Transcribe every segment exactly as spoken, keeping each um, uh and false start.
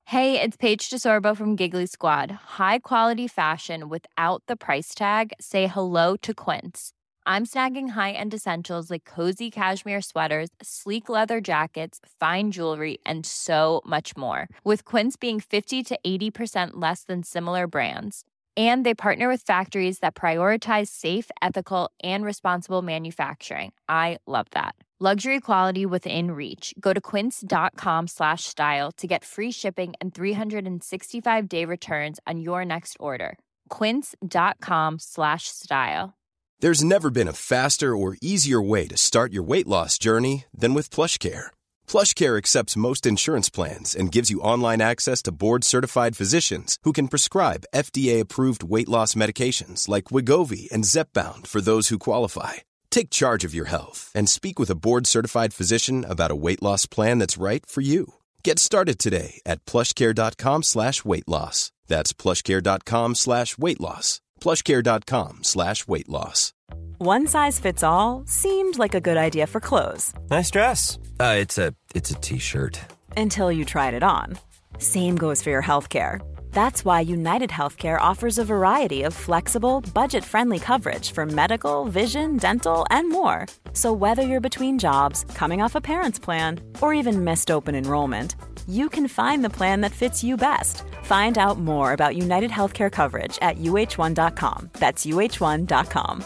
Hey, it's Paige DeSorbo from Giggly Squad. High quality fashion without the price tag. Say hello to Quince. I'm snagging high-end essentials like cozy cashmere sweaters, sleek leather jackets, fine jewelry, and so much more. With Quince being fifty to eighty percent less than similar brands. And they partner with factories that prioritize safe, ethical, and responsible manufacturing. I love that. Luxury quality within reach. Go to quince.com slash style to get free shipping and three sixty-five day returns on your next order. Quince.com slash style. There's never been a faster or easier way to start your weight loss journey than with PlushCare. PlushCare accepts most insurance plans and gives you online access to board-certified physicians who can prescribe F D A-approved weight loss medications like Wegovy and Zepbound for those who qualify. Take charge of your health and speak with a board-certified physician about a weight loss plan that's right for you. Get started today at plushcare.com slash weight loss. That's plushcare.com slash weight loss. plushcare.com slash weight loss. One size fits all seemed like a good idea for clothes. Nice dress. Uh, it's a it's a t-shirt. Until you tried it on. Same goes for your healthcare. That's why United Healthcare offers a variety of flexible, budget-friendly coverage for medical, vision, dental, and more. So whether you're between jobs, coming off a parent's plan, or even missed open enrollment, you can find the plan that fits you best. Find out more about United Healthcare coverage at U H one dot com. That's U H one dot com.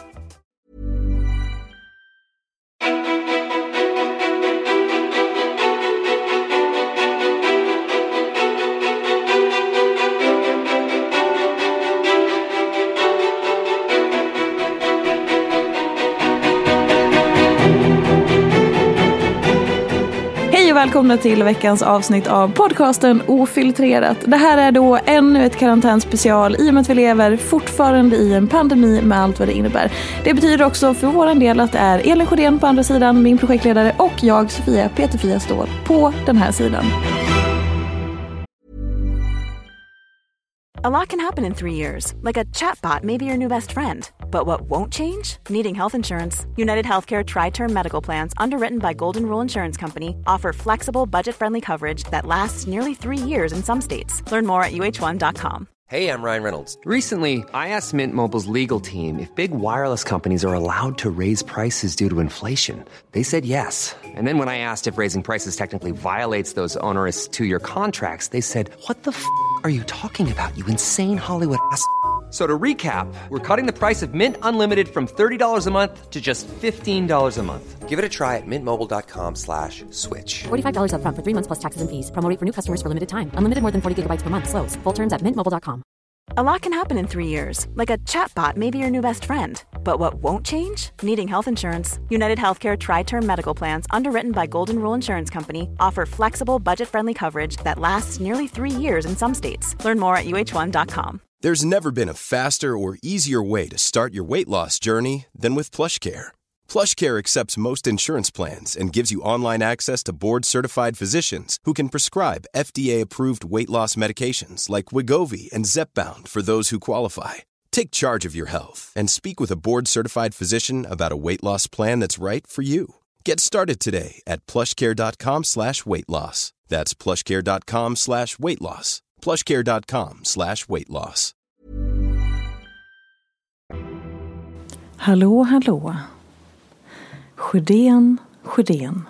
Välkomna till veckans avsnitt av podcasten Ofiltrerat. Det här är då ännu ett karantänspecial i och med att vi lever fortfarande i en pandemi med allt vad det innebär. Det betyder också för våran del att det är Elin Sjödén på andra sidan, min projektledare, och jag, Sofia Peterfia, står på den här sidan. A lot can happen in three years, like a chatbot may be your new best friend. But what won't change? Needing health insurance. United Healthcare Tri-Term Medical Plans, underwritten by Golden Rule Insurance Company, offer flexible, budget-friendly coverage that lasts nearly three years in some states. Learn more at U H one dot com. Hey, I'm Ryan Reynolds. Recently, I asked Mint Mobile's legal team if big wireless companies are allowed to raise prices due to inflation. They said yes. And then when I asked if raising prices technically violates those onerous two-year contracts, they said, what the f*** are you talking about, you insane Hollywood ass f- So to recap, we're cutting the price of Mint Unlimited from thirty dollars a month to just fifteen dollars a month. Give it a try at mintmobile.com slash switch. forty-five dollars up front for three months plus taxes and fees. Promo rate for new customers for limited time. Unlimited more than forty gigabytes per month. Slows full terms at mint mobile dot com. A lot can happen in three years, like a chatbot may be your new best friend. But what won't change? Needing health insurance. United Healthcare Tri-Term Medical Plans, underwritten by Golden Rule Insurance Company, offer flexible, budget-friendly coverage that lasts nearly three years in some states. Learn more at U H one dot com. There's never been a faster or easier way to start your weight loss journey than with PlushCare. PlushCare accepts most insurance plans and gives you online access to board-certified physicians who can prescribe F D A-approved weight loss medications like Wegovy and Zepbound for those who qualify. Take charge of your health and speak with a board-certified physician about a weight loss plan that's right for you. Get started today at plushcare.com slash weight loss. That's plushcare.com slash weight loss. plushcare.com slash weight loss. Hallå, hallå. Sjödén, Sjödén.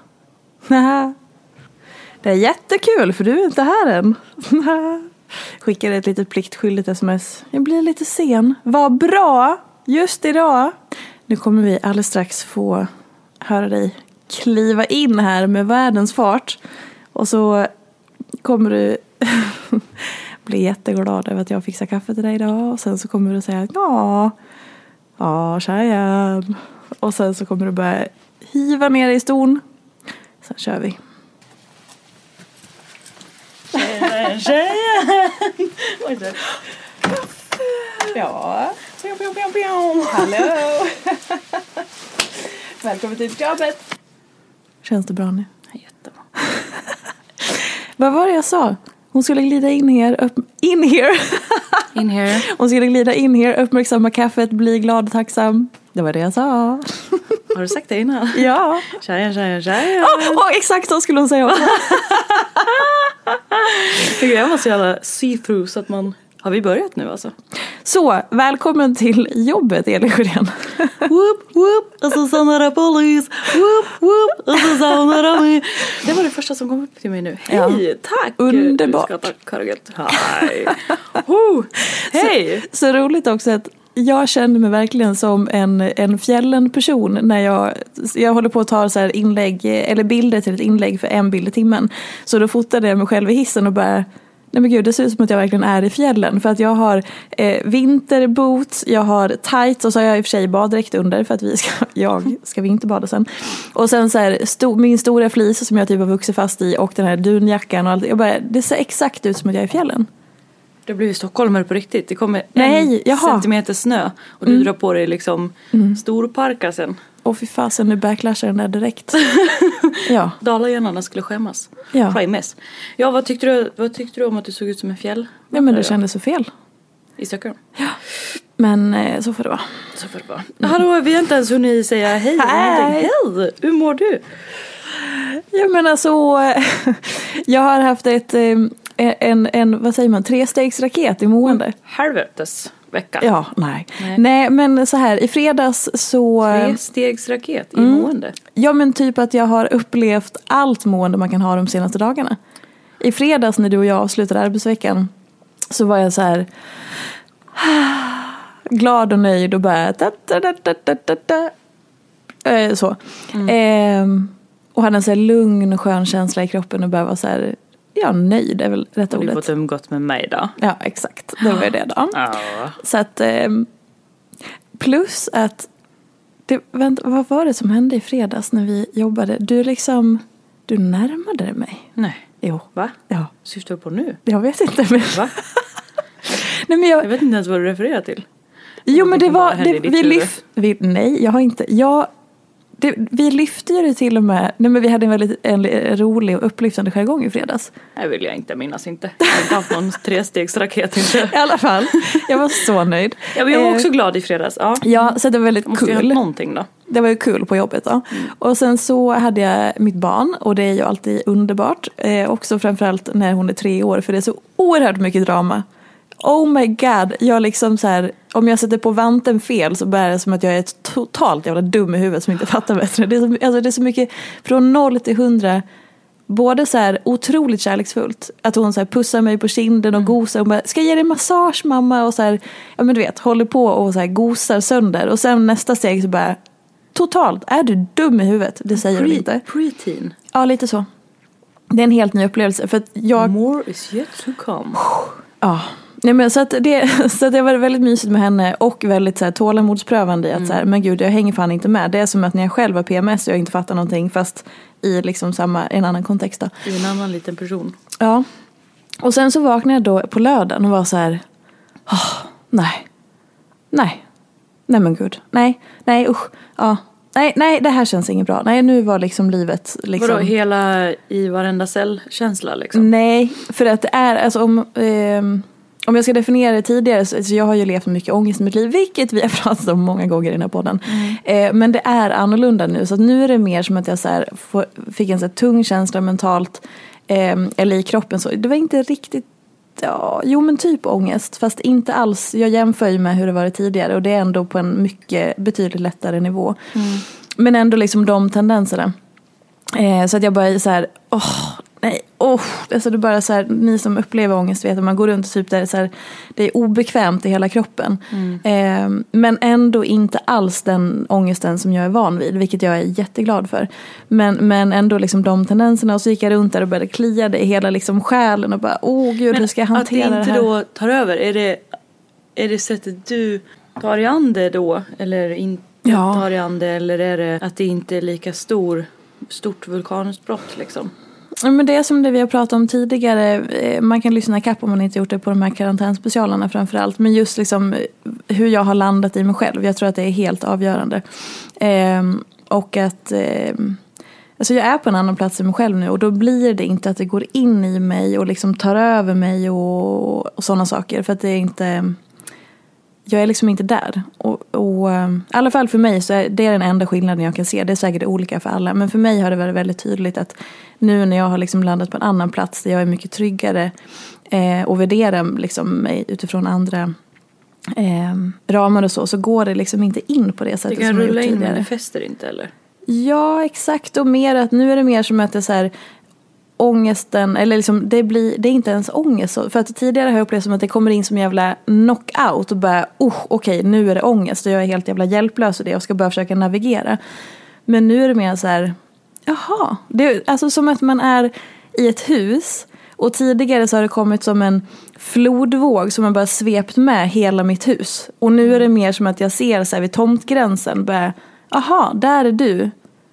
Det är jättekul för du är inte här än. Skickar ett litet pliktskyldigt sms. Jag blir lite sen. Vad bra. Just idag. Nu kommer vi alldeles strax få höra dig kliva in här med världens fart. Och så kommer du bli jätteglad över att jag fixar kaffe till dig idag. Och sen så kommer du säga ja, ja tjejen. Och sen så kommer du börja hiva ner i ston. Sen kör vi. Tjejen, tjejen. Oj då. Ja. Hallå. Välkommen till jobbet. Känns det bra nu? Jättebra. Vad var det jag sa? Hon skulle glida in här, upp, in here. In here. Hon skulle glida in här, uppmärksamma kaffet, bli glad och tacksam. Det var det jag sa. Har du sagt det innan? Ja. Tjejen, tjejen, tjejen. Oh, oh, exakt så skulle hon säga också. Jag var så jävla see-through så att man... Har vi börjat nu alltså? Så, välkommen till jobbet, Elin Sjödén. Whoop, whoop, och så sa några polis. Whoop, whoop, och så sa några mig. Det var det första som kom upp till mig nu. Hej, ja. Tack. Underbart. Du ska tacka dig. Hej. oh, hej. Så, så roligt också att jag kände mig verkligen som en, en fjällen person när jag, jag håller på att ta så här inlägg, eller bilder till ett inlägg för en bild i timmen. Så då fotade jag mig själv i hissen och bara... Nej men gud, det ser ut som att jag verkligen är i fjällen. För att jag har eh, vinterboots, jag har tights och så har jag i och för sig baddräkt under för att vi ska, jag ska vinterbada sen. Och sen så här, sto, min stora flis som jag typ har vuxit fast i och den här dunjackan och allt. Jag bara, det ser exakt ut som att jag är i fjällen. Det blir ju stockholmare på riktigt. Det kommer Nej, en jaha. centimeter snö och du mm. drar på dig liksom mm. storparkasen. Och fy fasen, nu backlashar den där direkt. Ja. Dalahjärnarna skulle skämmas. Ja. Skämmes. Ja, vad tyckte, du, vad tyckte du om att du såg ut som en fjäll? Ja, men det kändes så fel. I Stockholm? Ja. Men eh, så får det vara. Så får det vara. Mm. Hallå, vi har inte ens hunnit säga hej. Hej. Hej, hur mår du? Jag menar så... jag har haft ett... En, en, vad säger man, trestegsraket i mående. Mm. Helvetes vecka. Ja, nej. nej. Nej, men så här, i fredags så... Trestegsraket i mm, mående? Ja, men typ att jag har upplevt allt mående man kan ha de senaste dagarna. I fredags när du och jag avslutade arbetsveckan så var jag så här... glad och nöjd och bara... Da, da, da, da, da, da. Äh, så. Mm. Ehm, och hade en så här lugn och skön känsla i kroppen och bara var så här... Ja, nöjd är väl rätt ordet. Du har fått umgått med mig då. Ja, exakt. Det var ju det då. Ja. Så att, plus att, det, vänta, vad var det som hände i fredags när vi jobbade? Du liksom, du närmade dig mig. Nej. Jo. Va? Ja. Syftar du på nu? Jag vet inte. Men... Va? Nej, men jag... jag vet inte ens vad du refererar till. Jo, men det var, det, vi lyft, vi, nej, jag har inte, jag... Det, vi lyfte ju det till och med. Nej, men vi hade en väldigt en, en rolig och upplyftande jargong i fredags. Det vill jag inte minnas inte. Jag har inte haft någon trestegsraket inte. I alla fall. Jag var så nöjd. Ja, men jag var också glad i fredags. Ja, ja så det var väldigt måste kul. Måste någonting då. Det var ju kul på jobbet då. Mm. Och sen så hade jag mitt barn. Och det är ju alltid underbart. Eh, också framförallt när hon är tre år. För det är så oerhört mycket drama. Oh my god, jag liksom så här, om jag sätter på vanten fel så bär det som att jag är ett totalt jävla dum i huvudet som inte fattar bättre. Det är så, alltså det är så mycket från noll till hundra, både så här otroligt kärleksfullt, att hon så här pussar mig på kinden och gosar och bara, ska jag ge dig massage mamma, och så här, ja men du vet, håller på och så här gosar sönder, och sen nästa steg så bara, totalt, är du dum i huvudet? Det säger Pre- hon inte. Preteen. Ja, lite så. Det är en helt ny upplevelse för att jag... More is yet to come. Ja. Nej, men så att det, så att det var väldigt mysigt med henne och väldigt så här, tålamodsprövande i att mm. så här, men gud, jag hänger fan inte med. Det är som att när jag själv har P M S och jag inte fattar någonting, fast i liksom samma, en annan kontext då. I en annan liten person. Ja. Och sen så vaknade jag då på lördagen och var så här, oh, nej, nej, nej men gud, nej, nej usch, ja. Nej, nej, det här känns inget bra. Nej, nu var liksom livet liksom... Vadå, hela i varenda cellkänsla liksom? Nej, för att det är, alltså om... Eh, Om jag ska definiera det tidigare, så, så jag har ju levt med mycket ångest i mitt liv, vilket vi har pratat om många gånger i den här podden. Mm. Eh, men det är annorlunda nu, så att nu är det mer som att jag så här, får, fick en så här tung känsla mentalt, eh, eller i kroppen. Så det var inte riktigt, ja, jo men typ ångest, fast inte alls. Jag jämför ju med hur det var tidigare, och det är ändå på en mycket betydligt lättare nivå. Mm. Men ändå liksom de tendenserna. Eh, så att jag bara så här, åh, oh, nej, oh, alltså det är bara så här, ni som upplever ångest vet att man går runt och typ där det är så här, det är obekvämt i hela kroppen. Mm. Eh, men ändå inte alls den ångesten som jag är van vid, vilket jag är jätteglad för. Men, men ändå liksom de tendenserna, och så gick jag runt där och började klia det i hela liksom själen och bara, åh oh, gud, men hur ska jag hantera det här? Men att det inte då tar över, är det, är det sättet du tar i an det då, eller inte ja. tar i an det, eller är det att det inte är lika stor, stort vulkanutbrott liksom? Men det är som det vi har pratat om tidigare. Man kan lyssna kapp om man inte gjort det på de här karantänspecialerna framförallt. Men just liksom hur jag har landat i mig själv. Jag tror att det är helt avgörande. Eh, och att... Eh, Alltså jag är på en annan plats i mig själv nu och då blir det inte att det går in i mig och liksom tar över mig och, och sådana saker. För att det är inte, jag är liksom inte där. Och, och i alla fall för mig så är det den enda skillnaden jag kan se. Det är säkert olika för alla. Men för mig har det varit väldigt tydligt att nu när jag har liksom landat på en annan plats där jag är mycket tryggare eh, och värderar liksom mig utifrån andra eh, ramar och så, så går det liksom inte in på det sättet som jag gjort tidigare. Det kan rulla in men det fäster inte, eller? Ja, exakt. Och mer att nu är det mer som att det är så här ångesten, eller liksom det blir, det är inte ens ångest. För att tidigare har jag upplevt som att det kommer in som jävla knockout och bara, oh, okej, okay, nu är det ångest och jag är helt jävla hjälplös i det och ska bara försöka navigera. Men nu är det mer så här, jaha, det är alltså som att man är i ett hus och tidigare så har det kommit som en flodvåg som har bara svept med hela mitt hus. Och nu är det mer som att jag ser så här vid tomtgränsen bara, aha, där är du.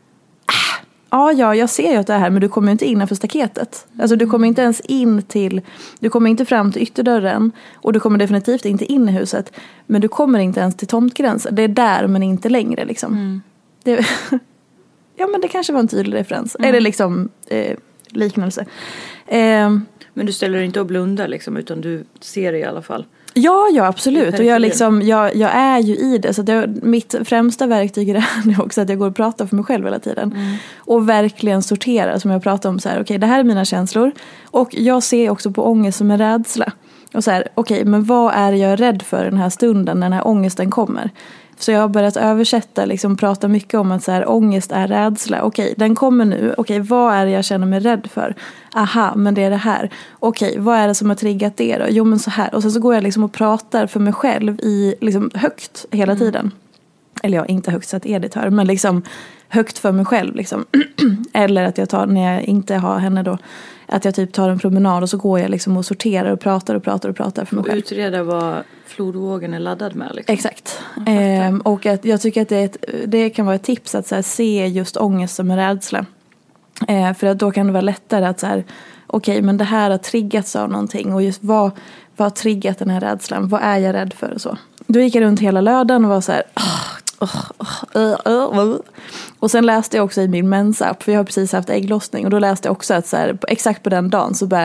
Ah, ja, ja, jag ser ju att det är här, men du kommer inte innanför staketet. Alltså du kommer inte ens in till, du kommer inte fram till ytterdörren och du kommer definitivt inte in i huset, men du kommer inte ens till tomtgränsen. Det är där, men inte längre liksom. Mm. Det, ja, men det kanske var en tydlig referens. Mm. Eller liksom eh, liknelse. Eh, men du ställer inte och blundar liksom, utan du ser det i alla fall. Ja, ja, absolut. Och jag, liksom, jag, jag är ju i det. Så att jag, mitt främsta verktyg är nu också att jag går och pratar för mig själv hela tiden. Mm. Och verkligen sorterar, som jag pratar om. Så här, okej, okay, det här är mina känslor. Och jag ser också på ångest som en rädsla. Och så här, okej, okay, men vad är jag rädd för den här stunden när den här ångesten kommer? Så jag har börjat översätta, liksom prata mycket om att så här, ångest är rädsla. Okej, den kommer nu. Okej, vad är det jag känner mig rädd för? Aha, men det är det här. Okej, vad är det som har triggat det då? Jo, men så här. Och sen så går jag liksom och pratar för mig själv i liksom högt hela tiden. Mm. Eller ja, inte högt så att Edith hör, men liksom högt för mig själv liksom. Eller att jag tar, när jag inte har henne då, att jag typ tar en promenad och så går jag liksom och sorterar och pratar och pratar och pratar för mig själv. Och utreda vad flodvågen är laddad med liksom. Exakt. Ehm, och att jag tycker att det, är ett, det kan vara ett tips att så här, se just ångest som en rädsla. Ehm, för att då kan det vara lättare att så här, okej, okay, men det här har triggats av någonting och just vad, vad har triggat den här rädslan? Vad är jag rädd för och så? Då gick jag runt hela lördagen och var så här, oh, oh, uh, uh, uh. Och sen läste jag också i min mensapp, för jag har precis haft ägglossning, och då läste jag också att så här, exakt på den dagen så bara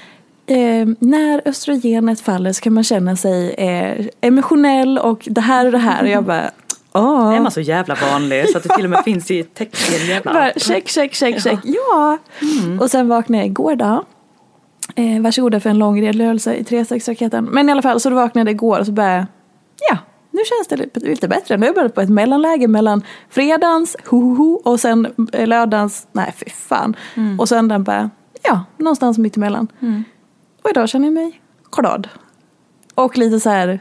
eh, när östrogenet faller så kan man känna sig eh, emotionell och det här och det här, och jag bara åh. Är man så jävla vanlig så att det till och med finns i texten jävla bara, check, check, check, check, ja, mm. Och sen vaknade jag igår då. Eh, varsågoda för en lång redogörelse i tre sex raketen. Men i alla fall, så då vaknade jag igår och så bara ja, nu känns det lite, lite bättre. Nu är jag bara på ett mellanläge mellan fredagens hohoho och sen lördagens, nej fy fan. Mm. Och söndagen bara, ja, någonstans mitt emellan. Mm. Och idag känner jag mig glad. Och lite så här,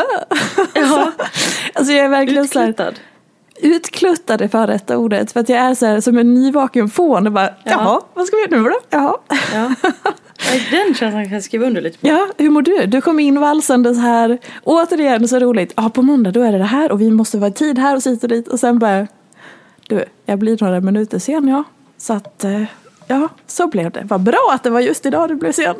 ja. Alltså jag är verkligen utkluttad. Så här, utkluttad är för rätta ordet. För att jag är så här som en nyvaken fån och bara, ja. Jaha, vad ska vi göra nu då? Jaha. Ja. Den känslan kan jag skriva under lite på. Ja, hur mår du? Du kom in valsandes här. Återigen så roligt. Ja, på måndag då är det det här och vi måste vara i tid här och sit och dit. Och sen bara, du, jag blir några minuter sen, ja. Så att, ja, så blev det. Vad bra att det var just idag det blev sen.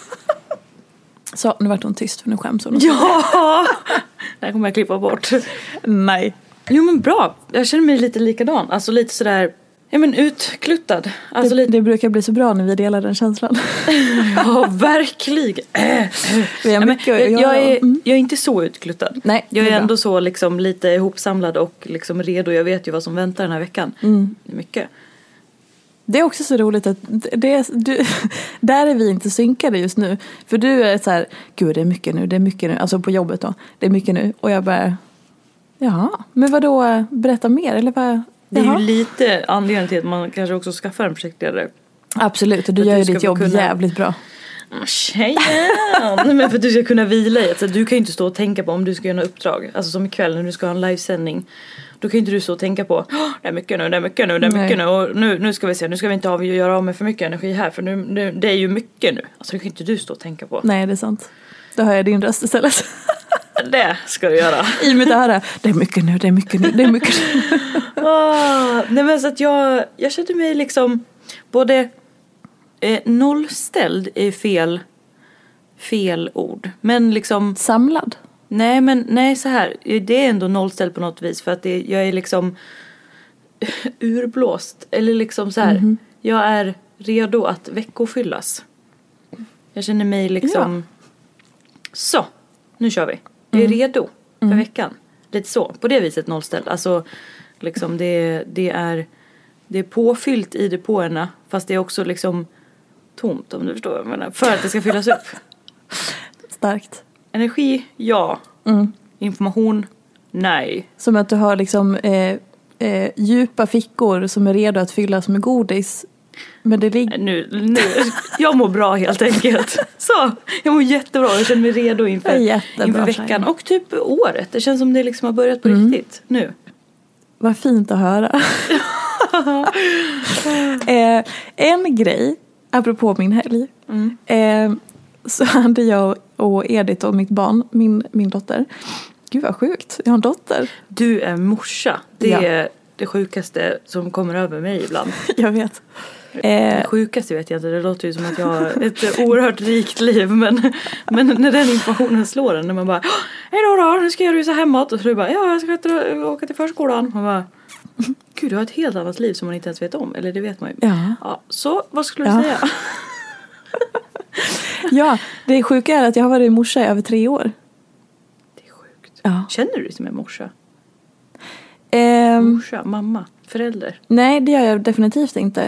Så, nu vart hon tyst för nu skäms hon. Ja! Det här kommer jag klippa bort. Nej. Jo, men bra. Jag känner mig lite likadan. Alltså lite sådär, ja men utkluttad. Alltså det, lite... det brukar bli så bra när vi delar den känslan. Ja, verkligen. Vi har mycket att göra. Jag är, jag är inte så utkluttad. Nej, jag är, är ändå så liksom lite ihopsamlad och liksom redo. Jag vet ju vad som väntar den här veckan. Mm. Mycket. Det är också så roligt att det är, du, där är vi inte synkade just nu. För du är så här, gud det är mycket nu, det är mycket nu. Alltså på jobbet då, det är mycket nu. Och jag bara, jaha, men vad då, berätta mer eller vad? Det är ju lite anledningen till att man kanske också skaffar en projektledare. Absolut, och du gör ju ditt jobb kunna... jävligt bra. Tjejen! Men för att du ska kunna vila i att du kan ju inte stå och tänka på om du ska göra något uppdrag. Alltså som ikväll när du ska ha en livesändning. Då kan inte du stå och tänka på det är mycket nu, det är mycket nu, det är mycket Nej. nu. Och nu, nu ska vi se, nu ska vi inte av, göra av med för mycket energi här. För nu, nu, det är ju mycket nu. Alltså det kan inte du stå och tänka på. Nej, det är sant. Då hör jag din röst istället. Det ska du göra. I mitt öra. Det är mycket nu, det är mycket nu, det är mycket nu. oh, nej men så att jag, jag kände mig liksom både eh, nollställd är fel, fel ord. Men liksom... Samlad? Nej men nej så här. Det är ändå nollställd på något vis. För att det, jag är liksom... urblåst. Eller liksom så här, Mhm. jag är redo att veckofyllas. Jag känner mig liksom, så, nu kör vi. Jag är redo för veckan. Lite så, på det viset nollställd. Alltså, liksom det, det är det är påfyllt i depåerna, fast det är också liksom tomt, om du förstår vad jag menar. För att det ska fyllas upp. Starkt. Energi, ja. Mm. Information, nej. Som att du har liksom eh, eh, djupa fickor som är redo att fyllas med godis. Men det ligger... Nu, nu, jag mår bra helt enkelt. Så, jag mår jättebra. Jag känner mig redo inför, Jättebra, inför veckan. Shine. Och typ året. Det känns som det liksom har börjat på Mm. riktigt nu. Vad fint att höra. eh, en grej, apropå min helg. Mm. Eh, så hade jag och Edith och mitt barn, min, min dotter. Gud vad sjukt, jag har en dotter. Du är morsa. Det Ja. är det sjukaste som kommer över mig ibland. Jag vet. Det Eh, sjukaste vet jag inte. Det låter ju som att jag har ett oerhört rikt liv. Men, men när den informationen slår en. När man bara, hej då då, nu ska jag rusa hemåt. Och så är det bara, ja jag ska äta- åka till förskolan. Man bara, gud du har ett helt annat liv som man inte ens vet om. Eller det vet man ju. ja. Ja, så vad skulle du Ja. säga? ja, det sjuka är att jag har varit morsa i över tre år. Det är sjukt. Ja. Känner du dig som en morsa? Ehm, Morsa, mamma, förälder. Nej, det gör jag definitivt inte.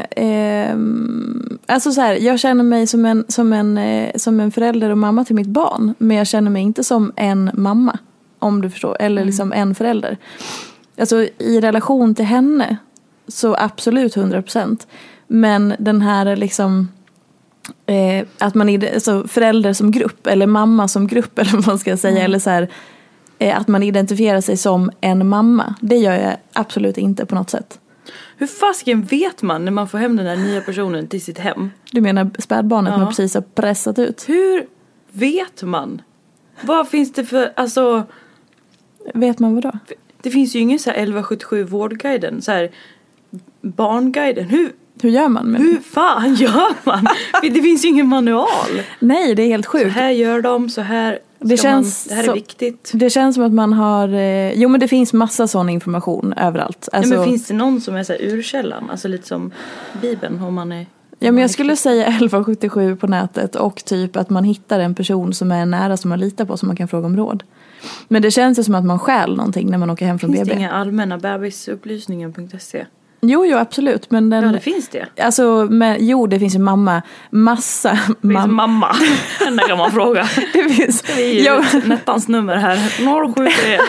Ehm, alltså så här, jag känner mig som en, som, en, eh, som en förälder och mamma till mitt barn. Men jag känner mig inte som en mamma, om du förstår. Eller liksom en förälder. Alltså i relation till henne så absolut hundra procent. Men den här liksom... Eh, att man är alltså förälder som grupp eller mamma som grupp eller vad man ska säga. Eller så här... Att man identifierar sig som en mamma. Det gör jag absolut inte på något sätt. Hur fasken vet man när man får hem den här nya personen till sitt hem? Du menar spädbarnet Ja. man precis har pressat ut? Hur vet man? Vad finns det för, alltså... Vet man vad då? Det finns ju ingen så här elva sjuttiosju vårdguiden, så här barnguiden. Hur, Hur gör man? Med hur fan gör man? Det finns ju ingen manual. Nej, det är helt Så sjukt. här gör de, så här Det ska känns man, det här så- är viktigt. Det känns som att man har... Eh, jo, men det finns massa sån information överallt. Alltså, Nej, men finns det någon som är så här urkällan? Alltså lite som Bibeln, om man är... ja, men jag skulle säga elva sjuttiosju på nätet och typ att man hittar en person som är nära som man litar på som man kan fråga om råd. Men det känns ju som att man stjäl någonting när man åker hem från Finns B B. det inga allmänna bebisupplysningen punkt se? Jo, jo, absolut. Men den, Ja, det finns det. Alltså, men, jo, det finns ju mamma. Massa. Det finns mam- mamma. Henne kan man fråga. det finns, Vi ger jo, ut Nettans nummer här. noll sju tre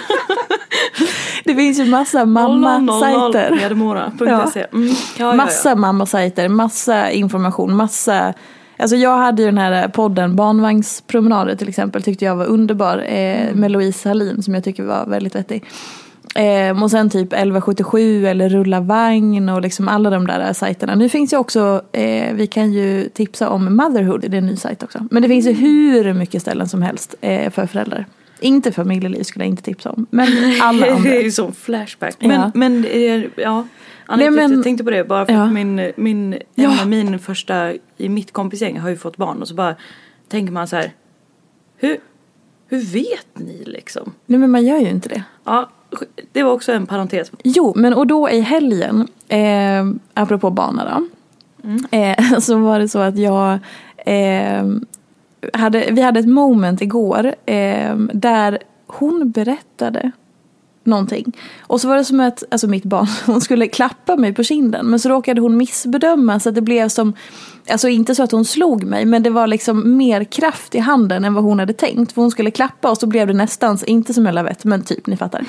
det finns ju massa mamma-sajter. Medmora punkt se. Mm. Ja, ja, Massa ja. mammasajter, massa information, massa... Alltså jag hade ju den här podden Barnvagnspromenader till exempel, tyckte jag var underbar, eh, Mm. med Louise Hallin som jag tycker var väldigt vettig. Eh, och sen typ elva sjuttiosju eller Rulla vagn och liksom alla de där sajterna. Nu finns ju också, eh, vi kan ju tipsa om Motherhood, det är en ny sajt också. Men det finns ju hur mycket ställen som helst eh, för föräldrar. Inte familjeliv skulle jag inte tipsa om, men alla andra. Det är ju som flashback. Men, Ja. men det är, ja. Anledningen Nej, till att men- jag tänkte på det bara för Ja. att min, min, Ja. en av min första i mitt kompisgäng har ju fått barn och så bara tänker man så här, hur, hur vet ni liksom? Nej, men man gör ju inte det. Ja, det var också en parentes. Jo, men och då i helgen, eh, apropå barnen då, Mm. eh, så var det så att jag eh, hade, vi hade ett moment igår eh, där hon berättade någonting. Och så var det som att, alltså mitt barn, hon skulle klappa mig på kinden. Men så råkade hon missbedöma så att det blev som, alltså inte så att hon slog mig, men det var liksom mer kraft i handen än vad hon hade tänkt. För hon skulle klappa och så blev det nästan, inte som en lavett, men typ, ni fattar.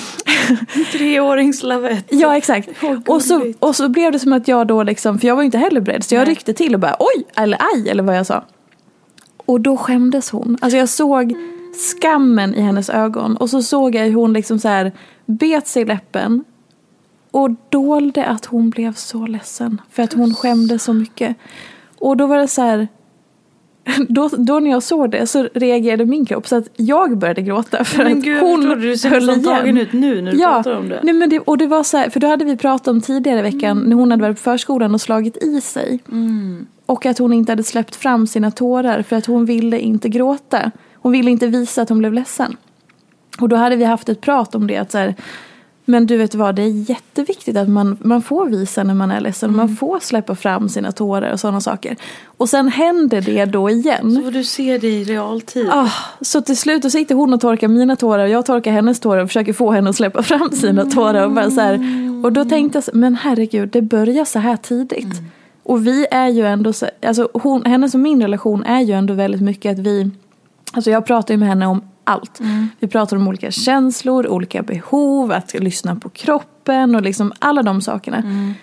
Treåringslavett. Ja, exakt. Åh, Och så, gulligt. och så blev det som att jag då liksom, för jag var ju inte heller beredd, så jag Nej. ryckte till och bara oj, eller aj, eller vad jag sa. Och då skämdes hon. Alltså jag såg skammen i hennes ögon. Och så såg jag hur hon liksom så här bet sig i läppen. Och dolde att hon blev så ledsen. För att hon skämdes så mycket. Och då var det så här... Då, då när jag såg det så reagerade min kropp så att jag började gråta. För Men att gud, hon förstår du, du ser höll nästan igen. tagen ut nu när du Ja, pratar om det. nej, men det, och det var så här, för då hade vi pratat om tidigare i veckan när hon hade varit på förskolan och slagit i sig. Mm. Och att hon inte hade släppt fram sina tårar för att hon ville inte gråta. Hon ville inte visa att hon blev ledsen. Och då hade vi haft ett prat om det att så här, Men du vet vad, det är jätteviktigt att man, man får visa när man är ledsen. Mm. Man får släppa fram sina tårar och sådana saker. Och sen händer det då igen. Så du ser det i realtid. Ah, så till slut så sitter hon och torkar mina tårar och jag torkar hennes tårar och försöker få henne att släppa fram sina tårar. Och, bara så här, och då tänkte jag, men herregud, det börjar så här tidigt. Mm. Och vi är ju ändå, så, alltså hon, hennes och min relation är ju ändå väldigt mycket att vi, alltså jag pratar ju med henne om allt. Mm. Vi pratar om olika känslor, olika behov, att lyssna på kroppen och liksom alla de sakerna. Mm.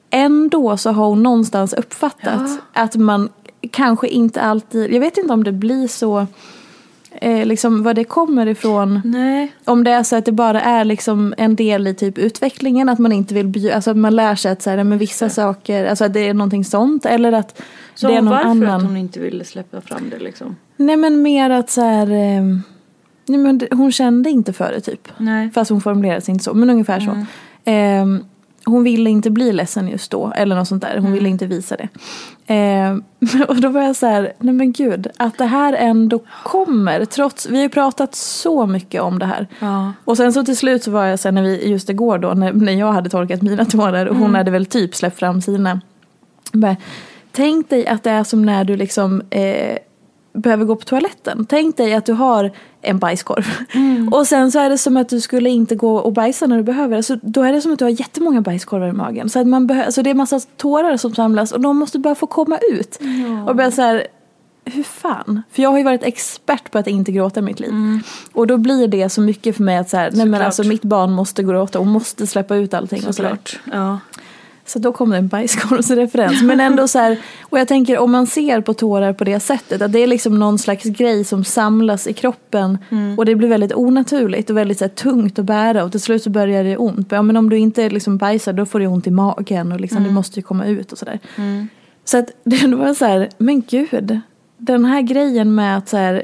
Ändå så har hon någonstans uppfattat ja. att man kanske inte alltid, jag vet inte om det blir så, eh, liksom vad det kommer ifrån. Nej. Om det är så att det bara är liksom en del i typ utvecklingen, att man inte vill by- alltså att man lär sig att så här, med vissa saker, alltså att det är någonting sånt, eller att så det är någon varför annan. Att hon inte ville släppa fram det liksom? Nej, men mer att så här, eh, nej, men det, hon kände inte för det typ. Nej. Fast hon formulerade sig inte så, men ungefär mm. så. Eh, hon ville inte bli ledsen just då, eller något sånt där. Hon mm. ville inte visa det. Eh, och då var jag så här, nej men gud, att det här ändå kommer, trots, vi har ju pratat så mycket om det här. Ja. Och sen så till slut så var jag så här, när vi, just igår då, när, när jag hade torkat mina tårar och hon mm. hade väl typ släppt fram sina. Bara, tänk dig att det är som när du liksom eh, behöver gå på toaletten. Tänk dig att du har en bajskorv. Mm. Och sen så är det som att du skulle inte gå och bajsa när du behöver. Alltså, då är det som att du har jättemånga bajskorvar i magen. Så att man behöver, alltså det är massa tårar som samlas och de måste bara få komma ut. Ja. Och börja så här, hur fan? För jag har ju varit expert på att inte gråta i mitt liv. Mm. Och då blir det så mycket för mig att så här, nej men alltså mitt barn måste gråta och måste släppa ut allting. Och så klart. Ja. Så då kommer det en bajskorvsreferens. Men ändå så här, och jag tänker om man ser på tårar på det sättet, att det är liksom någon slags grej som samlas i kroppen mm. och det blir väldigt onaturligt och väldigt så här, tungt att bära och till slut så börjar det ont. Ja, men om du inte liksom bajsar, då får du ont i magen och liksom, mm. det måste ju komma ut och sådär. Mm. Så att det var så här, men gud, den här grejen med att så här,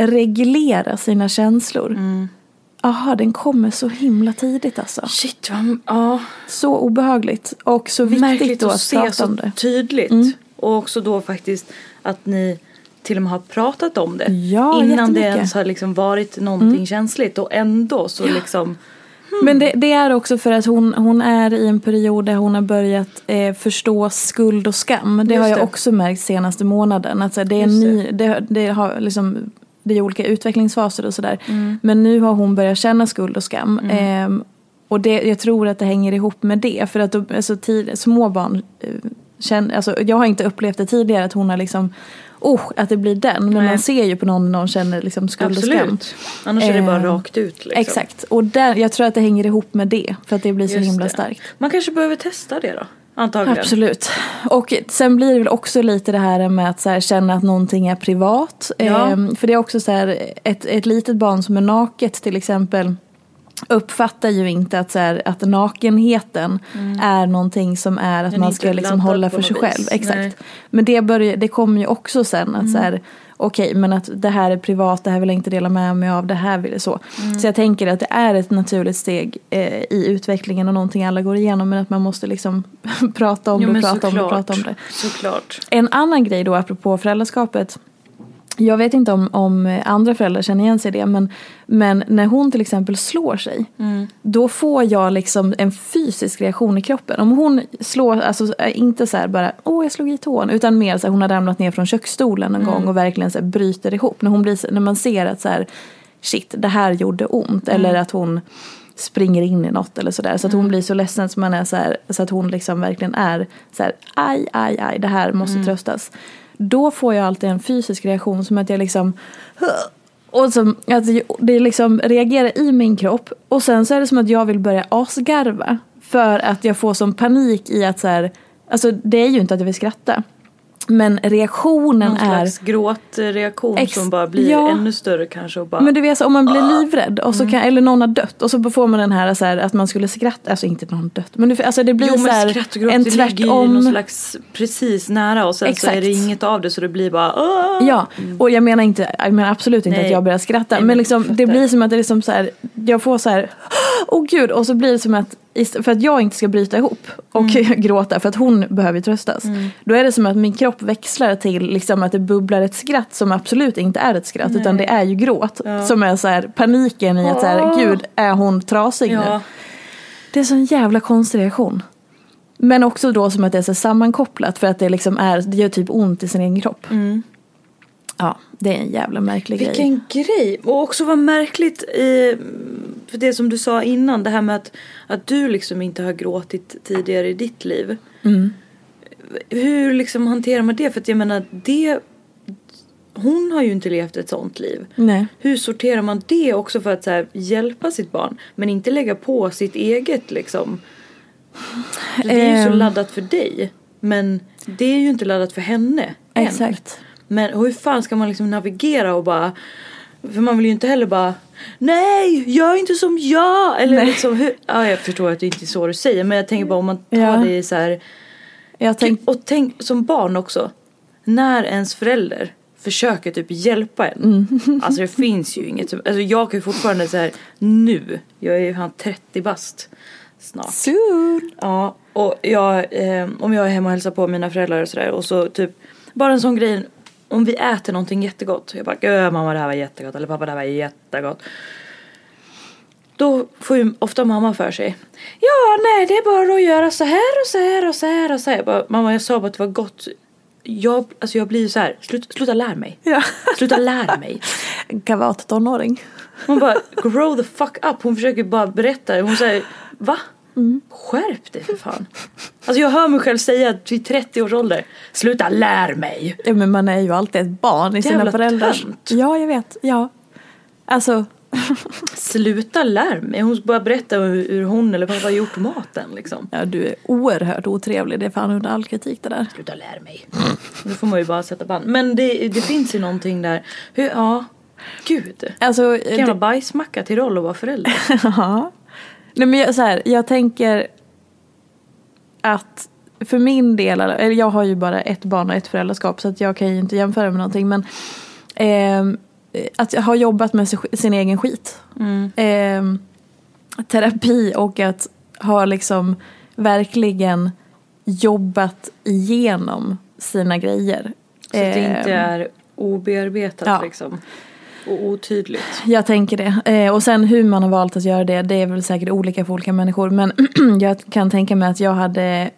reglera sina känslor. Mm. Aha, den kommer så himla tidigt alltså. Shit, ja. Så obehagligt och så viktigt märkligt då att, att se prata så om det. Tydligt. Mm. Och också då faktiskt att ni till och med har pratat om det. Ja, innan det ens har liksom varit någonting mm. känsligt. Och ändå så ja. liksom... Hmm. Men det, det är också för att hon, hon är i en period där hon har börjat eh, förstå skuld och skam. Det Just har jag det. också märkt senaste månaden. Att, så, det, är ny, det, det har liksom... Det är olika utvecklingsfaser och sådär. Mm. Men nu har hon börjat känna skuld och skam. Mm. Ehm, och det, jag tror att det hänger ihop med det. För att då, alltså, tid, små barn eh, känner, alltså, jag har inte upplevt det tidigare att hon har liksom, oh, att det blir den. Men Nej. man ser ju på någon när någon känner liksom skuld Absolut. och skam. Annars är det bara rakt ut. Liksom. Exakt. Och där, jag tror att det hänger ihop med det. För att det blir så Just himla det. starkt. Man kanske behöver testa det då. Antagligen. Absolut. Och sen blir det väl också lite det här med att så här, känna att någonting är privat. Ja. Ehm, för det är också så här, ett, ett litet barn som är naket till exempel uppfattar ju inte att, så här, att nakenheten mm. är någonting som är att Den man ska liksom hålla för sig vis. själv. Exakt. Nej. Men det, börjar, det kommer ju också sen att mm. så här, okej, men att det här är privat, det här vill jag inte dela med mig av, det här vill jag så. Mm. Så jag tänker att det är ett naturligt steg eh, i utvecklingen och någonting alla går igenom, men att man måste liksom prata om jo, det, prata om det, prata om det. Såklart. En annan grej då apropå föräldraskapet, jag vet inte om, om andra föräldrar känner igen sig i det, men, men när hon till exempel slår sig, mm. då får jag liksom en fysisk reaktion i kroppen. Om hon slår, alltså inte så här bara, åh jag slog i tån, utan mer så här, hon har ramlat ner från köksstolen en mm. gång och verkligen så här, bryter ihop. När, hon blir, när man ser att så här, shit, det här gjorde ont, mm. eller att hon springer in i något eller sådär. Så att hon mm. blir så ledsen som man är så här, så att hon liksom verkligen är så här, aj, aj, aj, det här måste mm. tröstas. Då får jag alltid en fysisk reaktion som att jag liksom och som att det liksom reagerar i min kropp och sen så är det som att jag vill börja asgarva för att jag får som panik i att så här, alltså det är ju inte att jag vill skratta. Men reaktionen Någon är... Någon slags gråtreaktion Ex- som bara blir ja. ännu större kanske. Och bara... Men du vet, så, om man blir livrädd och så kan, mm. eller någon har dött och så får man den här, så här att man skulle skratta. Alltså inte någon dött. Men det, alltså, det blir jo, så här, skratt och gråt, en det tvärtom. Någon slags precis nära och sen Exakt. så är det inget av det så det blir bara... Åh! Ja, och jag menar, inte, jag menar absolut inte Nej. att jag börjar skratta. Nej, men liksom, det blir som att det är som så här, jag får så här, åh oh, gud, och så blir det som att för att jag inte ska bryta ihop och mm. gråta för att hon behöver tröstas. Mm. Då är det som att min kropp växlar till liksom att det bubblar ett skratt som absolut inte är ett skratt. Nej. Utan det är ju gråt ja. som är så här paniken i att så här, gud, är hon trasig ja. nu? Det är så en jävla konstig reaktion. Men också då som att det är så sammankopplat för att det liksom är, det gör typ ont i sin egen kropp. Mm. Ja, det är en jävla märklig Vilken grej. Vilken grej. Och också vad märkligt i, för det som du sa innan, det här med att, att du liksom inte har gråtit tidigare i ditt liv. Mm. Hur liksom hanterar man det? För att jag menar, det, hon har ju inte levt ett sånt liv. Nej. Hur sorterar man det också för att så här, hjälpa sitt barn, men inte lägga på sitt eget liksom? För det är ju så um. laddat för dig, men det är ju inte laddat för henne än. Exakt. Men hur fan ska man liksom navigera och bara, för man vill ju inte heller bara, nej, gör inte som jag. Eller nej. Liksom, hur, ja, jag förstår att det inte är så du säger, men jag tänker bara om man tar ja. det så här. Jag tänk... Och tänk som barn också, när ens förälder försöker typ hjälpa en. Mm. Alltså det finns ju inget, alltså jag kan ju fortfarande så här, nu, jag är ju han trettio bast snart. Soon. Ja, och jag, eh, om jag är hemma och hälsar på mina föräldrar och sådär, och så typ, bara en sån grej, om vi äter någonting jättegott. Jag bara, gud mamma det här var jättegott. Eller pappa det här var jättegott. Då får ju ofta mamma för sig. Ja nej det är bara att göra så här och så här och så här och så här. Jag bara, mamma jag sa bara att det var gott. Jag, alltså jag blir så här. Sluta, sluta lära mig. Ja. Sluta lära mig. Kavat tonåring. Hon bara, grow the fuck up. Hon försöker bara berätta. Hon säger, va? Mm. Skärp dig för fan. Alltså jag hör mig själv säga till trettio års ålder, sluta lär mig. Ja men man är ju alltid ett barn i jävla sina föräldrar. Tönt. Ja jag vet, ja. Alltså sluta lär mig. Hon bara berätta hur, hur hon eller pappa har gjort maten liksom. Ja du är oerhört otrevlig. Det är fan under all kritik det där. Sluta lär mig. Nu får man ju bara sätta band. Men det, det finns ju någonting där. Hur, ja, gud. Alltså, kan jag det... bajsmacka till roll och vara förälder? Ja. Nej men jag, så här, jag tänker att för min del, eller jag har ju bara ett barn och ett föräldraskap så att jag kan ju inte jämföra med någonting, men eh, att jag har jobbat med sin egen skit. Mm. Eh, terapi och att ha liksom verkligen jobbat igenom sina grejer. Så att det inte är obearbetat ja. liksom. Och otydligt. Jag tänker det. Eh, och sen hur man har valt att göra det, det är väl säkert olika för olika människor. Men jag kan tänka mig att jag hade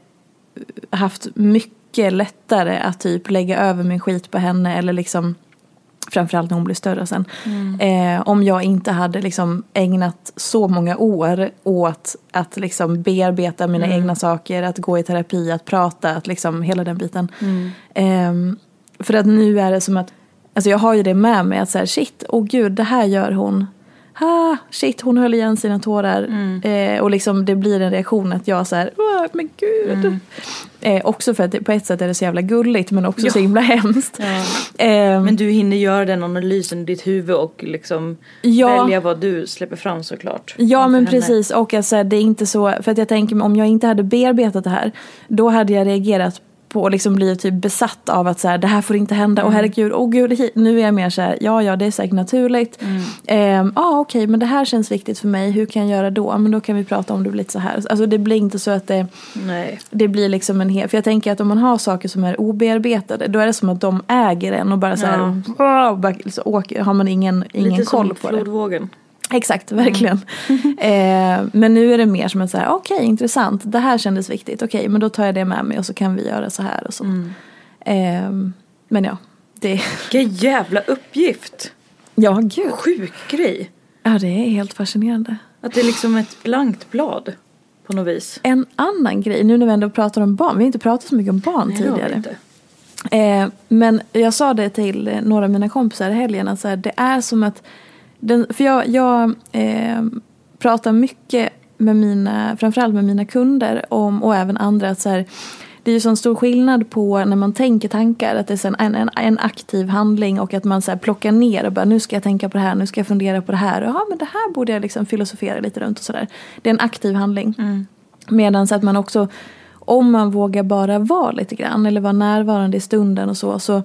haft mycket lättare att typ lägga över min skit på henne. Eller liksom, framförallt när hon blir större sen. Mm. Eh, om jag inte hade liksom ägnat så många år åt att liksom bearbeta mina mm. egna saker. Att gå i terapi, att prata, att liksom hela den biten. Mm. Eh, för att nu är det som att alltså jag har ju det med mig att så här, shit, åh gud, det här gör hon. Ha, shit, hon höll igen sina tårar. Mm. Eh, och liksom det blir en reaktion att jag så här, åh, men gud. Mm. Eh, också för att det, på ett sätt är det så jävla gulligt, men också ja. så himla hemskt. Ja. Eh, men du hinner göra den analysen i ditt huvud och liksom ja. välja vad du släpper fram såklart. Ja, men henne. Precis. Och alltså, det är inte så, för att jag tänker, om jag inte hade bearbetat det här, då hade jag reagerat på att liksom bli typ besatt av att så här, det här får inte hända. Mm. Och herregud, åh gud, nu är jag mer så här, ja, ja, det är säkert naturligt. Mm. Ehm, ja, okej, men det här känns viktigt för mig. Hur kan jag göra då? Men då kan vi prata om det lite så här. Alltså det blir inte så att det, Nej. det blir liksom en hel... För jag tänker att om man har saker som är obearbetade, då är det som att de äger en och bara så här, ja. bara, så åker, har man ingen, ingen lite koll på det. Lite som flodvågen. Exakt, verkligen. Mm. eh, men nu är det mer som att säga, okej, okay, intressant. Det här kändes viktigt. Okej, okay, men då tar jag det med mig och så kan vi göra så här och så. Mm. Eh, men ja, det... Vilken jävla uppgift. Ja, gud. Sjuk grej. Ja, det är helt fascinerande. Att det är liksom ett blankt blad på något vis. En annan grej, nu när vi ändå pratar om barn. Vi har inte pratat så mycket om barn Nej, tidigare. Inte. Eh, men jag sa det till några av mina kompisar i helgen. Att så här, det är som att Den, för jag, jag eh, pratar mycket med mina, framförallt med mina kunder om, och även andra, att så här, det är ju sån stor skillnad på när man tänker tankar, att det är en, en, en aktiv handling och att man så här plockar ner och bara, nu ska jag tänka på det här, nu ska jag fundera på det här, ja men det här borde jag liksom filosofera lite runt och sådär. Det är en aktiv handling. Mm. Medan så att man också, om man vågar bara vara lite grann eller vara närvarande i stunden och så, så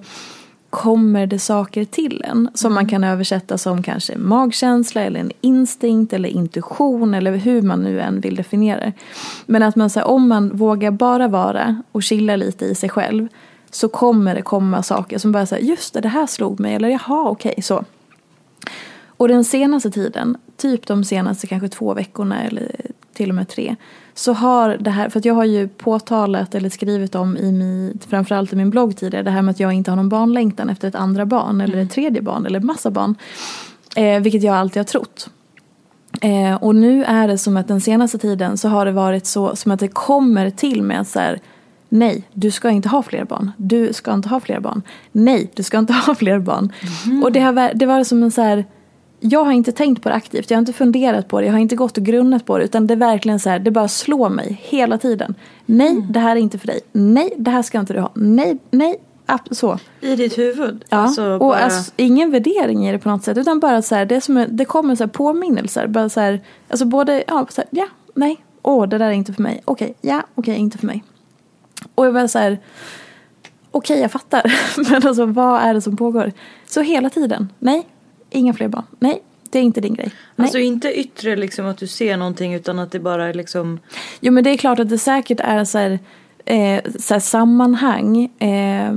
kommer det saker till en som man kan översätta som kanske magkänsla eller en instinkt eller intuition eller hur man nu än vill definiera det. Men att man säger, om man vågar bara vara och chilla lite i sig själv, så kommer det komma saker som bara säger, just det, det här slog mig, eller jaha, okej, okay, så. Och den senaste tiden, typ de senaste kanske två veckorna eller till och med tre, så har det här, för att jag har ju påtalat eller skrivit om i min, framförallt i min blogg tidigare, det här med att jag inte har någon barnlängtan efter ett andra barn eller ett tredje barn eller massa barn, eh, vilket jag alltid har trott. Eh, och nu är det som att den senaste tiden så har det varit så som att det kommer till med att så här, nej, du ska inte ha fler barn. Du ska inte ha fler barn. Nej, du ska inte ha fler barn. Mm. Och det, har, det var som en så här, jag har inte tänkt på det aktivt. Jag har inte funderat på det. Jag har inte gått och grunnat på det. Utan det är verkligen så här, det bara slår mig hela tiden. Nej, mm. det här är inte för dig. Nej, det här ska inte du ha. Nej, nej, så. I ditt huvud? Ja, alltså, och bara... alltså, ingen värdering i det på något sätt. Utan bara så här, det, är som, det kommer så här påminnelser. Bara så här, alltså både, ja, så här, ja, nej. Åh, det där är inte för mig. Okej, ja, okej, inte för mig. Och jag var så här, okej, okay, jag fattar. Men alltså, vad är det som pågår? Så hela tiden, nej, inga fler barn. Nej, det är inte din grej. Nej. Alltså inte yttre liksom att du ser någonting, utan att det bara är liksom... Jo, men det är klart att det säkert är så här, eh, så här sammanhang eh,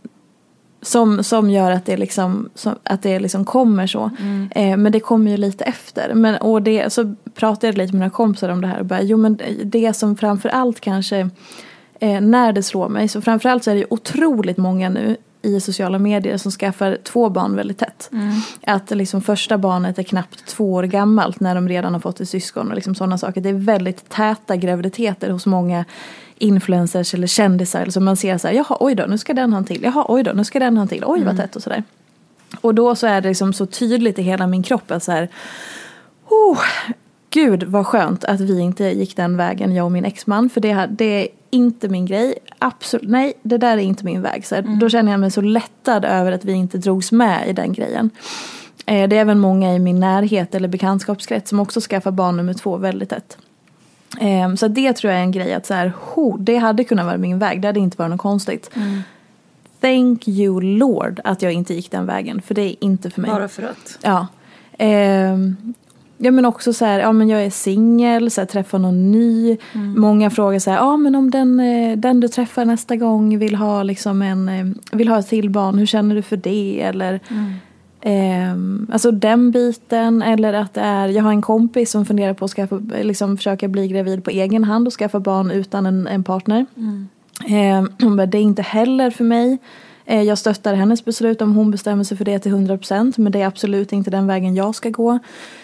som, som gör att det liksom, som, att det liksom kommer så. Mm. Eh, men det kommer ju lite efter. Men, och det, så pratade jag lite med mina kompisar om det här. Och bara, jo, men det som framför allt kanske... Eh, när det slår mig, så framförallt så är det ju otroligt många nu i sociala medier som skaffar två barn väldigt tätt. Mm. Att liksom första barnet är knappt två år gammalt när de redan har fått ett syskon och liksom sådana saker. Det är väldigt täta graviditeter hos många influencers eller kändisar. Så man ser så här, jaha, oj då, nu ska den ha en till. Jaha, oj då, nu ska den ha en till. Oj, vad tätt och sådär. Och då så är det liksom så tydligt i hela min kropp att så här, oh, gud vad skönt att vi inte gick den vägen, jag och min exman. För det, det är inte min grej. Absolut, nej, det där är inte min väg. Så mm. Då känner jag mig så lättad över att vi inte drogs med i den grejen. Eh, det är även många i min närhet eller bekantskapskrets som också skaffar barn nummer två väldigt tätt. Eh, så det tror jag är en grej att så här, ho, det hade kunnat vara min väg. Det hade inte varit något konstigt. Mm. Thank you Lord att jag inte gick den vägen. För det är inte för mig. Bara för att. Ja. Eh, Ja, men också så här, ja men jag är singel, så här, träffar någon ny. Mm. Många frågar så här, ja men om den, den du träffar nästa gång vill ha liksom en, vill ha ett till barn, hur känner du för det? Eller mm. eh, alltså den biten, eller att det är, jag har en kompis som funderar på att skaffa, liksom försöka bli gravid på egen hand och skaffa barn utan en, en partner. Mm. Eh, hon bara, det är inte heller för mig. Eh, jag stöttar hennes beslut om hon bestämmer sig för det till hundra procent, men det är absolut inte den vägen jag ska gå.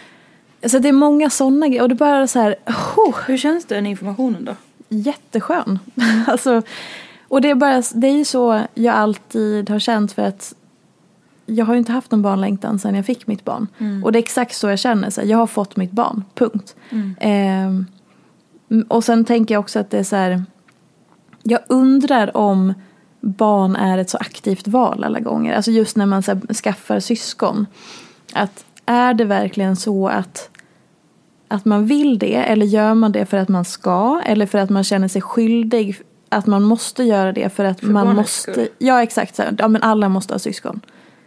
Så det är många sådana grejer. Och det bara så här... Oh. Hur känns den informationen då? Jätteskön. alltså, och det är bara... Det är ju så jag alltid har känt, för att jag har ju inte haft någon barnlängtan sedan jag fick mitt barn. Mm. Och det är exakt så jag känner. Så här, jag har fått mitt barn. Punkt. Mm. Eh, och sen tänker jag också att det är så här... Jag undrar om barn är ett så aktivt val alla gånger. Alltså just när man så här, skaffar syskon. Att är det verkligen så att att man vill det, eller gör man det för att man ska, eller för att man känner sig skyldig att man måste göra det för att för man måste skull. Ja exakt så här, ja men alla måste ha syskon.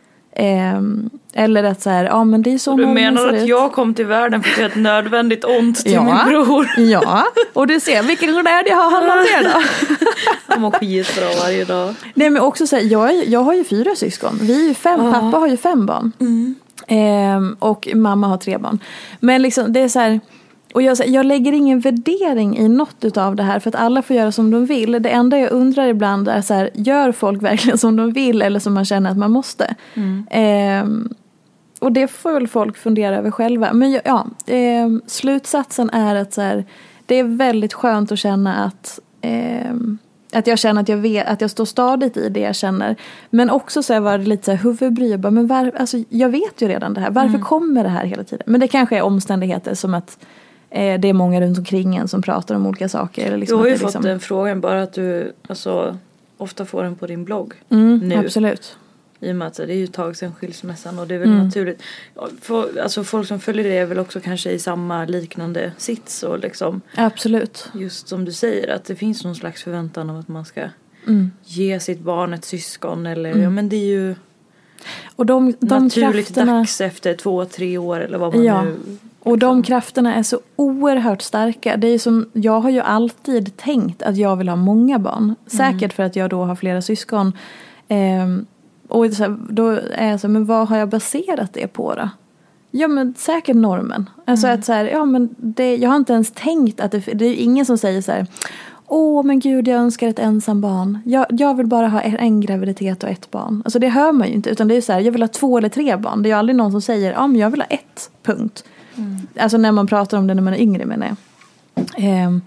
Ehm, eller att så här, ja men det är så. Du menar att ut. Jag kom till världen för att göra ett nödvändigt ont till ja, min bror. Ja, och du ser vilken glädje har han av det då. Han mår skitbra varje dag. Nej men också så här, jag, är, jag har ju fyra syskon. Vi är ju fem, ah. pappa har ju fem barn. Mm. Ehm, och mamma har tre barn. Men liksom det är så här, och jag, jag lägger ingen värdering i något utav det här, för att alla får göra som de vill. Det enda jag undrar ibland är så här, gör folk verkligen som de vill eller som man känner att man måste? Mm. Ehm, och det får väl folk fundera över själva. Men ja, ehm, slutsatsen är att så här, det är väldigt skönt att känna att ehm, att jag känner att jag vet att jag står stadigt i det jag känner. Men också så var det lite så här huvudbry. Jag bara, men var, alltså, jag vet ju redan det här. Varför mm. kommer det här hela tiden? Men det kanske är omständigheter som att eh, det är många runt omkring en som pratar om olika saker. Eller liksom du har ju att det fått liksom... den frågan, bara att du alltså, ofta får den på din blogg. Mm, nu. Absolut. I och med att det är ju ett tag sedan skilsmässan, och det är väl mm. naturligt. För, alltså folk som följer det är väl också kanske i samma liknande sits och liksom. Absolut. Just som du säger, att det finns någon slags förväntan om att man ska mm. ge sitt barn ett syskon eller mm. ja men det är ju och de, de naturligt krafterna... dags efter två, tre år eller vad man ja. nu. Och de krafterna är så oerhört starka. Det är som, jag har ju alltid tänkt att jag vill ha många barn. Säkert mm. för att jag då har flera syskon. Ehm, Och så här, då är jag så, men vad har jag baserat det på då? Ja, men säkert normen. Alltså mm. att så här, ja men det, jag har inte ens tänkt att det, det är ingen som säger så här, åh men gud, jag önskar ett ensam barn. Jag, jag vill bara ha en graviditet och ett barn. Alltså det hör man ju inte, utan det är så här, jag vill ha två eller tre barn. Det är ju aldrig någon som säger, ja men jag vill ha ett, punkt. Mm. Alltså när man pratar om det när man är yngre, menar jag. Um,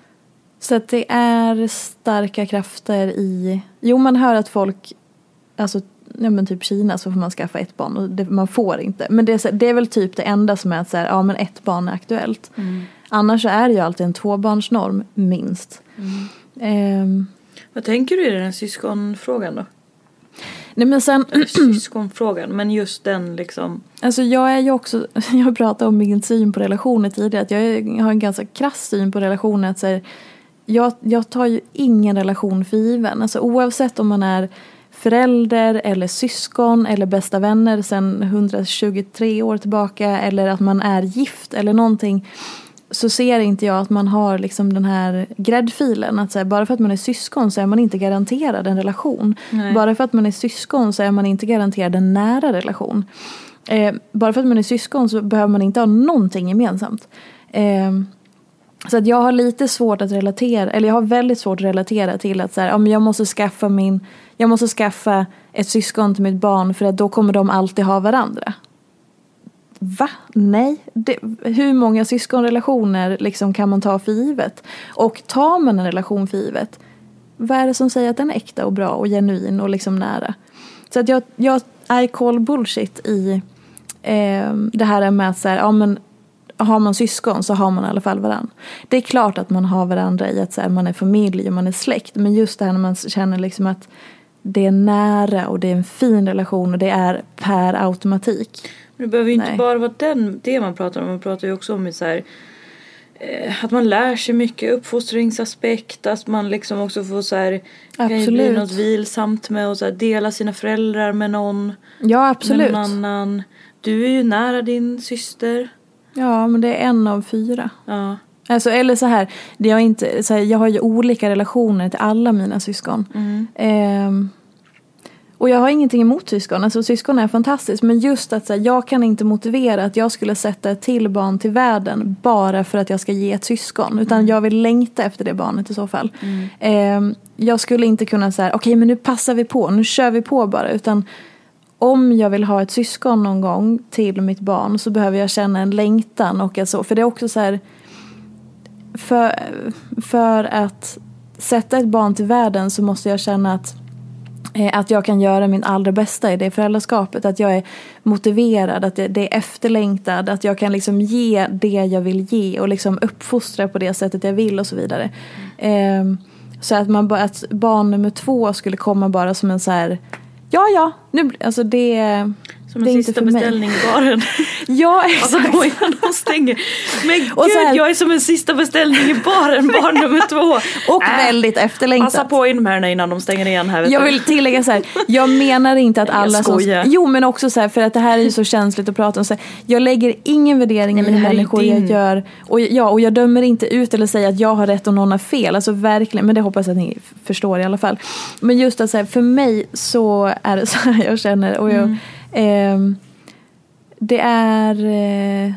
så att det är starka krafter i, jo man hör att folk, alltså ja, men typ Kina så får man skaffa ett barn och det, man får inte. Men det är, det är väl typ det enda som är att så här, ja men ett barn är aktuellt. Mm. Annars så är det ju alltid en tvåbarnsnorm minst. Mm. Um, Vad tänker du i den här syskonfrågan då? Nej men sen syskonfrågan, men just den liksom. Alltså jag är ju också, jag har pratat om min syn på relationer tidigare, att jag, är, jag har en ganska krass syn på relationer, att så här, jag, jag tar ju ingen relation för given. Alltså oavsett om man är förälder eller syskon eller bästa vänner sedan etthundratjugotre år tillbaka, eller att man är gift eller någonting, så ser inte jag att man har liksom den här gräddfilen. Att så här, bara för att man är syskon så är man inte garanterad en relation. Nej. Bara för att man är syskon så är man inte garanterad en nära relation. Eh, bara för att man är syskon så behöver man inte ha någonting gemensamt. Eh, så att jag har lite svårt att relatera, eller jag har väldigt svårt att relatera till att så här, ja, men jag måste skaffa min, jag måste skaffa ett syskon till mitt barn för att då kommer de alltid ha varandra. Va? Nej. Det, hur många syskonrelationer liksom kan man ta för givet? Och tar man en relation för givet, vad är det som säger att den är äkta och bra och genuin och liksom nära? Så att jag, jag I call bullshit i eh, det här med att så här, ja, men har man syskon så har man i alla fall varandra. Det är klart att man har varandra i att så här, man är familj och man är släkt. Men just det här när man känner liksom att det är nära och det är en fin relation och det är per automatik. Det behöver ju inte Nej. bara vara den, det man pratar om. Man pratar ju också om så här, eh, att man lär sig mycket, uppfostringsaspekt. Att man liksom också får så här, kan ju bli något vilsamt med och så här, dela sina föräldrar med någon. Ja, absolut. Med någon annan. Du är ju nära din syster. Ja, men det är en av fyra. Ja. Alltså, eller så här, det är inte, så här, jag har ju olika relationer till alla mina syskon. Mm. Ehm, och jag har ingenting emot syskon. Alltså syskon är fantastiskt. Men just att så här, jag kan inte motivera att jag skulle sätta ett till barn till världen bara för att jag ska ge ett syskon. Utan mm. jag vill längta efter det barnet i så fall. Mm. Ehm, jag skulle inte kunna säga, okej okay, men nu passar vi på, nu kör vi på bara. Utan om jag vill ha ett syskon någon gång till mitt barn så behöver jag känna en längtan. Och alltså, för det är också så här, för, för att sätta ett barn till världen så måste jag känna att, eh, att jag kan göra min allra bästa i det föräldraskapet. Att jag är motiverad, att det, det är efterlängtad, att jag kan liksom ge det jag vill ge och liksom uppfostra på det sättet jag vill och så vidare. Mm. Eh, så att, man, att barn nummer två skulle komma bara som en så här, ja ja, nu, alltså det som en det är sista inte beställning i baren. Ja, exakt. Alltså då innan de stänger. Men och gud, här, jag är som en sista beställning i baren, barn nummer två. Och äh, väldigt efterlängtat. Passa på in med innan de stänger igen här. Vet jag du. vill tillägga så här, jag menar inte att alla som... Jo, men också så här, för att det här är ju så känsligt att prata om. Så här, jag lägger ingen värdering i hur människor jag gör. Och, ja, och jag dömer inte ut eller säger att jag har rätt och någon har fel. Alltså verkligen, men det hoppas jag att ni förstår i alla fall. Men just att så här, för mig så är det så här jag känner. Och jag... Mm. Eh, det är eh,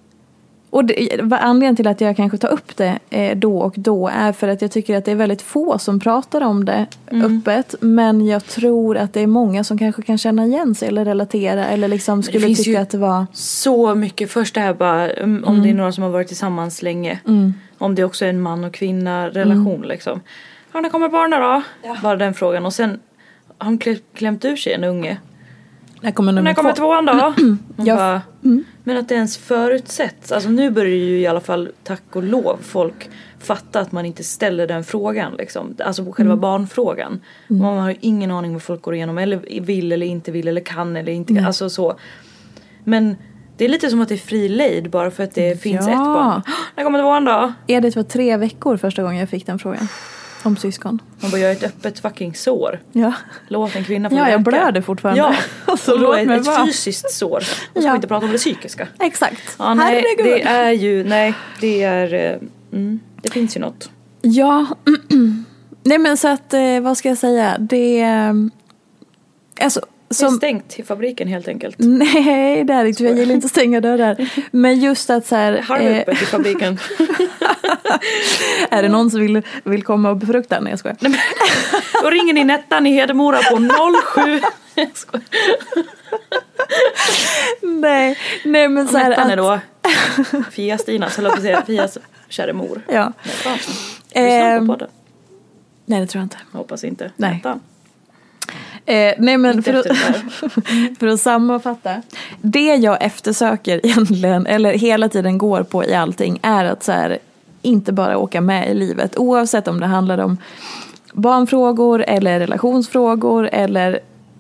och det, anledningen till att jag kanske tar upp det eh, då och då är för att jag tycker att det är väldigt få som pratar om det mm. öppet, men jag tror att det är många som kanske kan känna igen sig eller relatera eller liksom skulle tycka att det var så mycket. Först det här bara om mm. det är några som har varit tillsammans länge, mm. om det också är en man och kvinna relation mm. liksom. Ja, när kommer barnen då? Ja. Bara den frågan, och sen har hon klämt ur sig en unge. När kommer, när kommer tvåan då? ja. bara, mm. Men att det ens förutsätts. Alltså nu börjar ju i alla fall, tack och lov, folk fatta att man inte ställer den frågan. Liksom. Alltså själva mm. barnfrågan. Mm. Man har ju ingen aning vad folk går igenom. Eller vill eller inte vill. Eller kan eller inte kan. Alltså så. Men det är lite som att det är fri lejd bara för att det ja. finns ett barn. När kommer tvåan då? Edith var tre veckor första gången jag fick den frågan. Om syskon. Man bara gör ett öppet fucking sår. Ja. Låt en kvinna få Ja, läka. jag blöder fortfarande. Ja, så låt ett, ett fysiskt sår. Och ska ja. vi inte prata om det psykiska. Exakt. Ja, nej, herregud. Det är ju, nej, det är, mm, det finns ju något. Ja, nej men så att, vad ska jag säga? Det, alltså som... Det är stängt i fabriken helt enkelt. Nej, det är inte. Jag gillar inte stänga dörrar. Men just att så här... Halvöppet eh... i fabriken. Är det någon som vill, vill komma och befrukta? Nej, jag skojar. Nej, men... Då ringer ni Nettan i Hedemora på noll sju. Jag skojar. Nej, nej men så här Nettan att... är då Fia Stina, så låt mig säga Fias kära mor. Ja. Nettan. Lyssna på podden. Nej, det tror jag inte. Jag hoppas inte. Nej. Nettan. Eh, nej men för att, mm. för att sammanfatta. Det jag eftersöker egentligen, eller hela tiden går på i allting, är att så här, inte bara åka med i livet. Oavsett om det handlar om barnfrågor eller relationsfrågor eller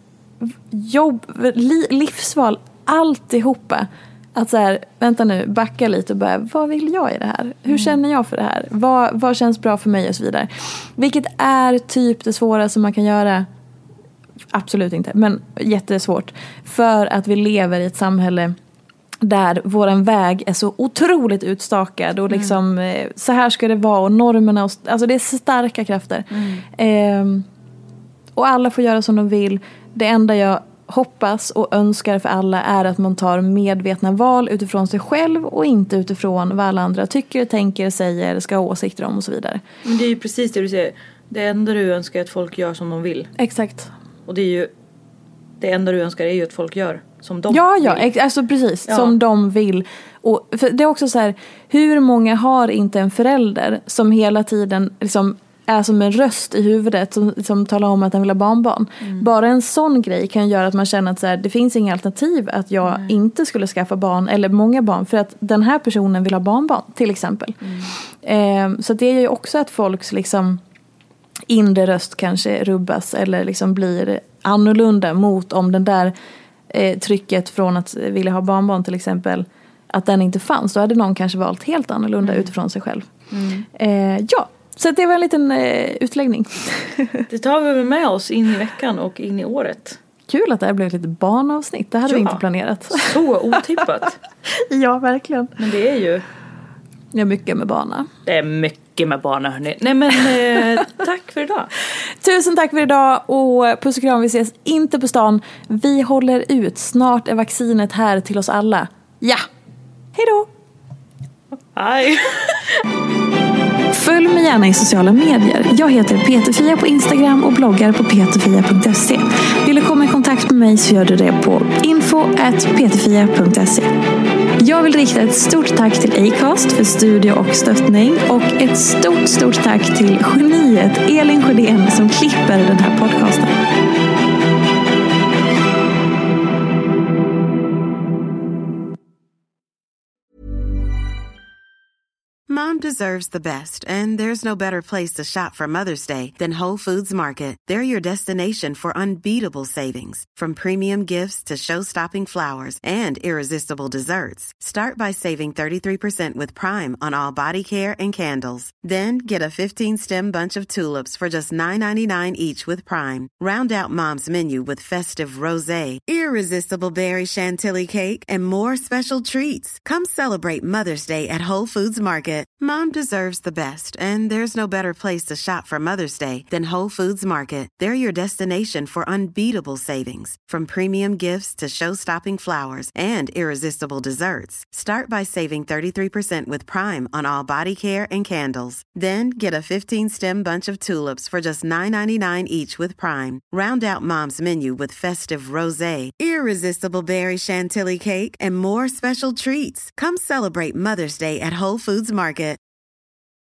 jobb, li, livsval, alltihopa. Att så här, vänta nu, backa lite och bara, vad vill jag i det här? Hur mm. känner jag för det här? Vad, vad känns bra för mig och så vidare. Vilket är typ det svåraste man kan göra. Absolut inte, men jättesvårt. För att vi lever i ett samhälle där våran väg är så otroligt utstakad. Och liksom, mm. så här ska det vara. Och normerna, och, alltså det är starka krafter. Mm. Eh, och alla får göra som de vill. Det enda jag hoppas och önskar för alla är att man tar medvetna val utifrån sig själv och inte utifrån vad alla andra tycker, tänker, säger, ska ha åsikter om och så vidare. Men det är ju precis det du säger. Det enda du önskar är att folk gör som de vill. Exakt. Och det är ju det enda du önskar är ju att folk gör som de ja, vill. Ja, ex- alltså precis. Ja. Som de vill. Och för det är också så här, hur många har inte en förälder som hela tiden liksom är som en röst i huvudet som, som talar om att den vill ha barnbarn. Mm. Bara en sån grej kan göra att man känner att så här, det finns inga alternativ att jag mm. inte skulle skaffa barn eller många barn för att den här personen vill ha barnbarn till exempel. Mm. Eh, så det är ju också att folks liksom inre röst kanske rubbas eller liksom blir annorlunda mot om den där eh, trycket från att vilja ha barnbarn till exempel, att den inte fanns. Då hade någon kanske valt helt annorlunda mm. utifrån sig själv. Mm. Eh, ja, så det var en liten eh, utläggning. Det tar vi med oss in i veckan och in i året. Kul att det här blev lite barnavsnitt. Det hade ja, vi inte planerat. Så otippat. Ja, verkligen. Men det är ju... Det är mycket med barna. Det är mycket med barna, hörni. Nej, men eh, tack för idag. Tusen tack för idag och puss och kram. Vi ses inte på stan. Vi håller ut. Snart är vaccinet här till oss alla. Ja! Hej då! Hej! Följ mig gärna i sociala medier. Jag heter Peterfia på Instagram och bloggar på peterfia punkt se. Vill du komma i kontakt med mig så gör du det på info at peterfia punkt se. Jag vill rikta ett stort tack till Acast för studio och stöttning och ett stort, stort tack till geniet Elin Sjödén som klipper den här podcasten. Mom deserves the best, and there's no better place to shop for Mother's Day than Whole Foods Market. They're your destination for unbeatable savings, from premium gifts to show-stopping flowers and irresistible desserts. Start by saving thirty-three percent with Prime on all body care and candles. Then get a fifteen-stem bunch of tulips for just nine ninety-nine each with Prime. Round out Mom's menu with festive rosé, irresistible berry chantilly cake, and more special treats. Come celebrate Mother's Day at Whole Foods Market. Mom deserves the best, and there's no better place to shop for Mother's Day than Whole Foods Market. They're your destination for unbeatable savings, from premium gifts to show-stopping flowers and irresistible desserts. Start by saving thirty-three percent with Prime on all body care and candles. Then get a fifteen-stem bunch of tulips for just nine ninety-nine each with Prime. Round out Mom's menu with festive rosé, irresistible berry chantilly cake, and more special treats. Come celebrate Mother's Day at Whole Foods Market.